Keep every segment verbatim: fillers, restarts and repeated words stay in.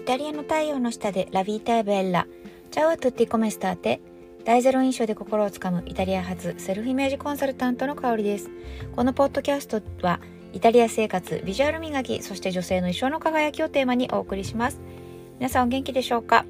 タリアの太陽の下でラビーターベッラ。チャオアトゥッティコメスターテ。大ゼロ印象で心をつかむイタリア発セルフイメージコンサルタントの香りです。このポッドキャストはイタリア生活、ビジュアル磨き、そして女性の一生の輝きをテーマにお送りします。皆さんお元気でしょうか？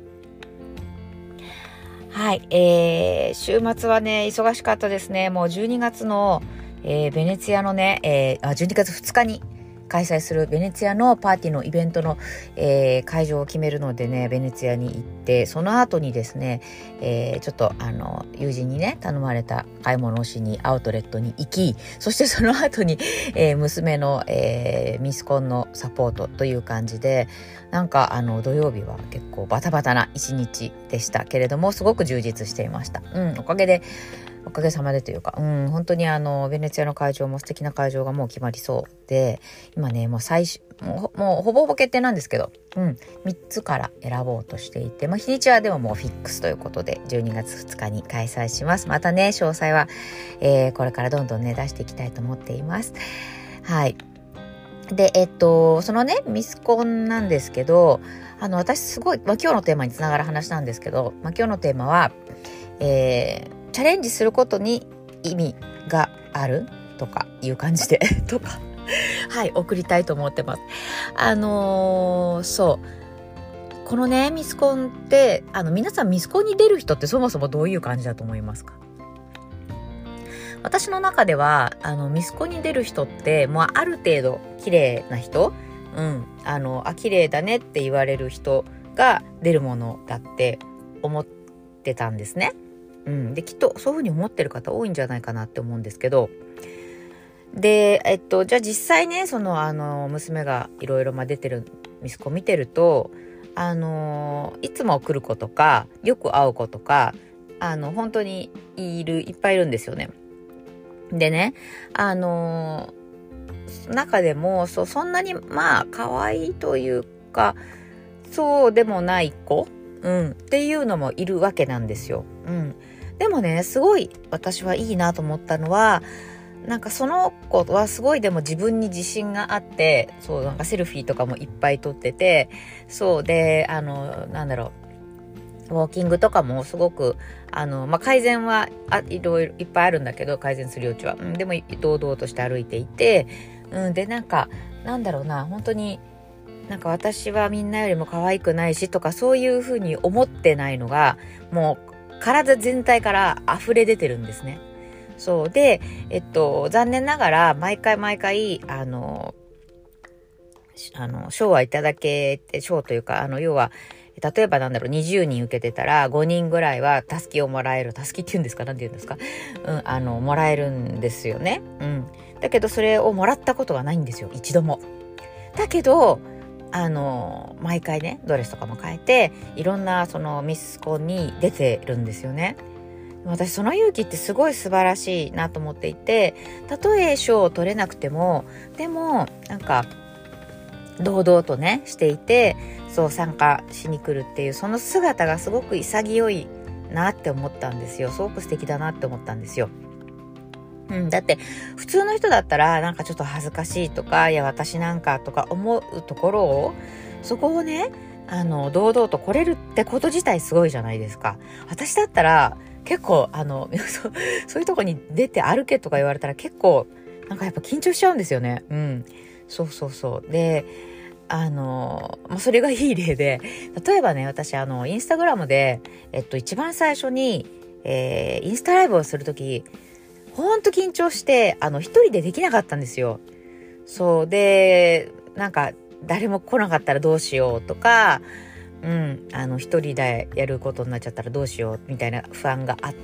はい、えー、週末はね忙しかったですね。もうじゅうにがつの、えー、ベネツィアのね、えー、あじゅうにがつふつかに開催するベネツィアのパーティーのイベントの、えー、会場を決めるのでね、ベネツィアに行って、その後にですね、えー、ちょっとあの友人にね頼まれた買い物をしにアウトレットに行き、そしてその後に、えー、娘の、えー、ミスコンのサポートという感じで、なんかあの土曜日は結構バタバタな一日でしたけれども、すごく充実していました。うん、おかげでおかげさまでというか、うん、本当にあのベネツィアの会場も素敵な会場がもう決まりそうで、今ねもう最終もう、もうほぼほぼ決定なんですけど、うん、みっつから選ぼうとしていて、まあ、日にちはでももうフィックスということでじゅうにがつふつかに開催します。またね詳細は、えー、これからどんどんね出していきたいと思っています。はい。でえっとそのねミスコンなんですけど、あの私すごい、まあ、今日のテーマにつながる話なんですけど、まあ、今日のテーマは、えーチャレンジすることに意味があるとかいう感じでとかはい送りたいと思ってます。あのー、そうこのねミスコンってあの皆さんミスコンに出る人ってそもそもどういう感じだと思いますか？私の中ではあのミスコンに出る人ってもうある程度綺麗な人、うんあのあ綺麗だねって言われる人が出るものだって思ってたんですね。うん、できっとそういうふうに思ってる方多いんじゃないかなって思うんですけど、でえっとじゃあ実際ねそのあの娘がいろいろ出てるミスコン見てると、あのいつも来る子とかよく会う子とかあの本当にいるいっぱいいるんですよね。でねあの中でもそそんなにまあ可愛いというかそうでもない子、うん、っていうのもいるわけなんですよ。うん、でもねすごい私はいいなと思ったのは、なんかその子はすごいでも自分に自信があって、そうなんかセルフィーとかもいっぱい撮ってて、そうであのなんだろうウォーキングとかもすごくあの、まあ、改善はあいろいろいっぱいあるんだけど、改善する余地は、うん、でも堂々として歩いていて、うん、でなんかなんだろうな本当になんか私はみんなよりも可愛くないしとかそういう風に思ってないのがもう体全体から溢れ出てるんですね。そうでえっと残念ながら毎回毎回あのあの賞はいただけて、賞というかあの要は例えばなんだろうにじゅうにん受けてたらごにんぐらいはたすきをもらえる、たすきって言うんですか、なんて言うんですか、うん、あのもらえるんですよね。うん、だけどそれをもらったことがないんですよ、一度も。だけどあの毎回ねドレスとかも変えていろんなそのミスコンに出てるんですよね。私その勇気ってすごい素晴らしいなと思っていて、たとえ賞を取れなくてもでもなんか堂々とねしていて、そう参加しに来るっていうその姿がすごく潔いなって思ったんですよ。すごく素敵だなって思ったんですよ。うん、だって普通の人だったらなんかちょっと恥ずかしいとか、いや私なんかとか思うところを、そこをねあの堂々と来れるってこと自体すごいじゃないですか。私だったら結構あのそそういうとこに出て歩けとか言われたら結構なんかやっぱ緊張しちゃうんですよね。うん、そうそうそうであのまあ、それがいい例で、例えばね私あのインスタグラムでえっと一番最初に、えー、インスタライブをするときほんと緊張してあの一人でできなかったんですよ。そうでなんか誰も来なかったらどうしようとか、うんあの一人でやることになっちゃったらどうしようみたいな不安があって、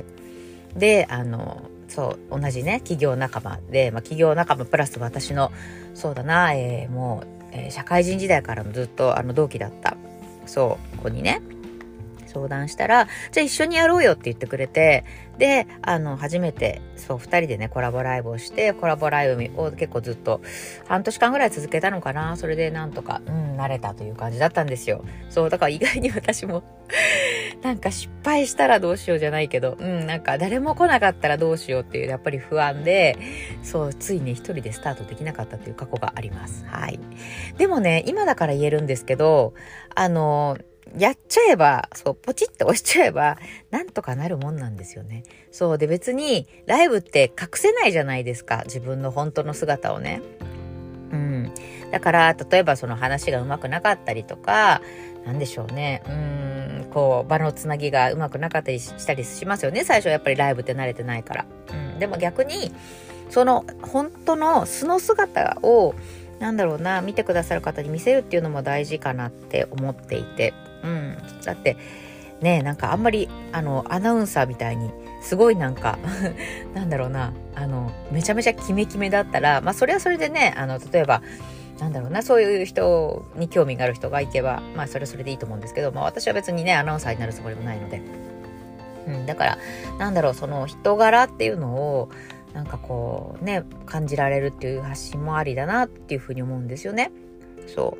であのそう同じね企業仲間で、まあ、企業仲間プラス私のそうだな、えー、もう、えー、社会人時代からのずっとあの同期だったそう子にね相談したら、じゃあ一緒にやろうよって言ってくれて、で、あの、初めて、そう、二人でね、コラボライブをして、コラボライブを結構ずっと、半年間ぐらい続けたのかな。それでなんとか、うん、慣れたという感じだったんですよ。そう、だから意外に私も、なんか失敗したらどうしようじゃないけど、うん、なんか誰も来なかったらどうしようっていう、やっぱり不安で、そう、ついね、一人でスタートできなかったという過去があります。はい。でもね、今だから言えるんですけど、あの、やっちゃえば、そう、ポチッと押しちゃえば、なんとかなるもんなんですよね。そうで、別に、ライブって隠せないじゃないですか。自分の本当の姿をね。うん。だから、例えばその話がうまくなかったりとか、なんでしょうね。うん、こう、場のつなぎがうまくなかったりしたりしますよね。最初はやっぱりライブって慣れてないから。うん。でも逆に、その、本当の素の姿を、なんだろうな、見てくださる方に見せるっていうのも大事かなって思っていて。うん。だって、ね、なんかあんまり、あの、アナウンサーみたいに、すごいなんか、なんだろうな、あの、めちゃめちゃキメキメだったら、まあそれはそれでね、あの、例えば、なんだろうな、そういう人に興味がある人がいけば、まあそれはそれでいいと思うんですけど、まあ私は別にね、アナウンサーになるつもりもないので。うん、だから、なんだろう、その人柄っていうのを、なんかこうね、感じられるっていう発信もありだなっていうふうに思うんですよね。そう。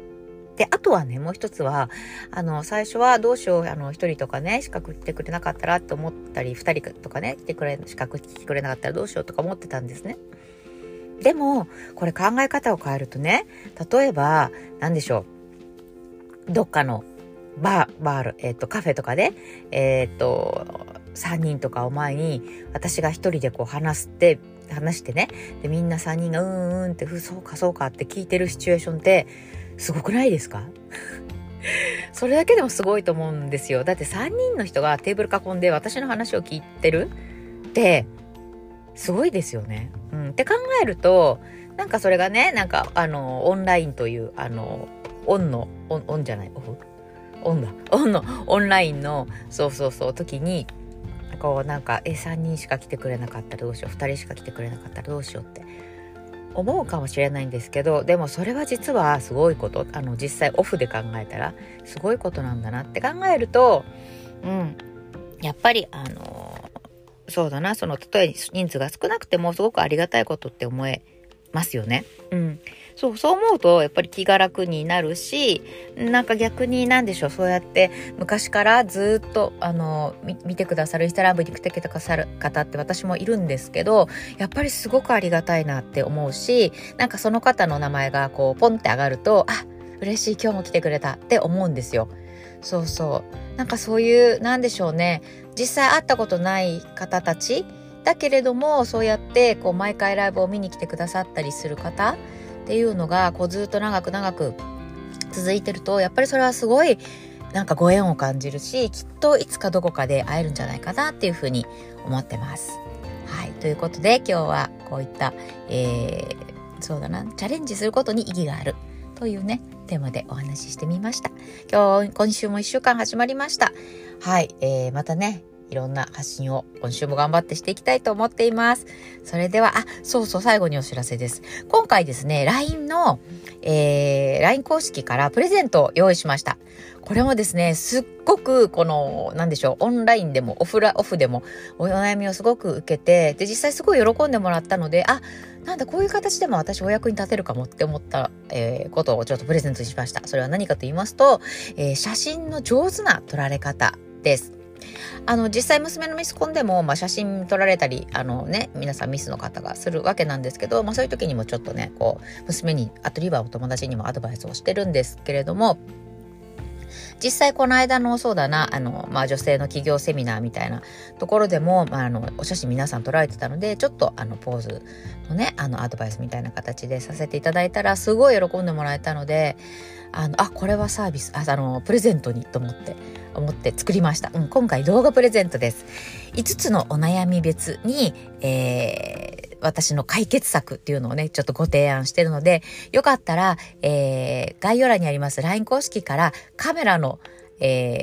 で、あとはね、もう一つは、あの、最初はどうしよう、あの、一人とかね、資格来てくれなかったらって思ったり、二人とかね、来てくれ、資格来てくれなかったらどうしようとか思ってたんですね。でも、これ考え方を変えるとね、例えば、なんでしょう、どっかのバー、バール、えっと、カフェとかで、えっと、さんにんとかを前に、私が一人でこう話して、話してね、で、みんなさんにんがうーんうーんって、ふ、そうかそうかって聞いてるシチュエーションって、すごくないですか？それだけでもすごいと思うんですよ。だってさんにんの人がテーブル囲んで私の話を聞いてるって、すごいですよね。うん。って考えると、なんかそれがね、なんか、あの、オンラインという、あの、オンの、オン、オンじゃない、オフオンだ。オンの、オンラインの、そうそうそう、時に、こう、なんか、え、さんにんしか来てくれなかったらどうしよう、ふたりしか来てくれなかったらどうしようって思うかもしれないんですけど、でもそれは実はすごいこと、あの、実際オフで考えたら、すごいことなんだなって考えると、うん、やっぱり、あの、そうだな、その、例え人数が少なくてもすごくありがたいことって思えますよね。うん。そう、そう思うとやっぱり気が楽になるし、なんか逆になんでしょう、そうやって昔からずっとあの見てくださるインスタライブに来てくださる方って私もいるんですけど、やっぱりすごくありがたいなって思うし、なんかその方の名前がこうポンって上がると、あ、嬉しい、今日も来てくれたって思うんですよ。そうそう。なんかそういうなんでしょうね、実際会ったことない方たちだけれども、そうやってこう毎回ライブを見に来てくださったりする方っていうのがこうずっと長く長く続いてると、やっぱりそれはすごいなんかご縁を感じるし、きっといつかどこかで会えるんじゃないかなっていうふうに思ってます。はい、ということで今日はこういった、えー、そうだな、チャレンジすることに意義があるというねテーマでお話ししてみました。今日今週もいっしゅうかん始まりました。はい、えー、またねいろんな発信を今週も頑張ってしていきたいと思っています。それでは、あ、そうそう、最後にお知らせです。今回ですね、ライン の、えー、ライン 公式からプレゼントを用意しました。これもですね、すっごく、この、なんでしょう、オンラインでも、オフラ、オフでも、お悩みをすごく受けて、で、実際すごい喜んでもらったので、あ、なんだ、こういう形でも私お役に立てるかもって思った、えー、ことをちょっとプレゼントしました。それは何かと言いますと、えー、写真の上手な撮られ方です。あの実際娘のミスコンでも、まあ、写真撮られたりあのね皆さんミスの方がするわけなんですけど、まあ、そういう時にもちょっとねこう娘にあとリバーお友達にもアドバイスをしてるんですけれども、実際この間のそうだなあの、まあ、女性の企業セミナーみたいなところでも、まあ、あのお写真皆さん撮られてたので、ちょっとあのポーズのねあのアドバイスみたいな形でさせていただいたらすごい喜んでもらえたので、あのあこれはサービス あ, あのプレゼントにと思って思って作りました。うん、今回動画プレゼントです。いつつのお悩み別に、えー、私の解決策っていうのをねちょっとご提案してるので、よかったら、えー、概要欄にあります ライン 公式からカメラのえー、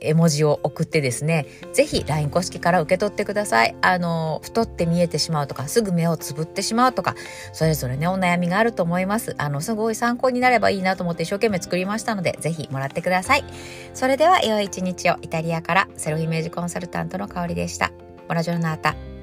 絵文字を送ってですね、ぜひ ライン 公式から受け取ってください。あの太って見えてしまうとか、すぐ目をつぶってしまうとか、それぞれねお悩みがあると思います。あのすごい参考になればいいなと思って一生懸命作りましたので、ぜひもらってください。それでは良い一日を。イタリアからセルフイメージコンサルタントの香りでした。ボナジョルナータ。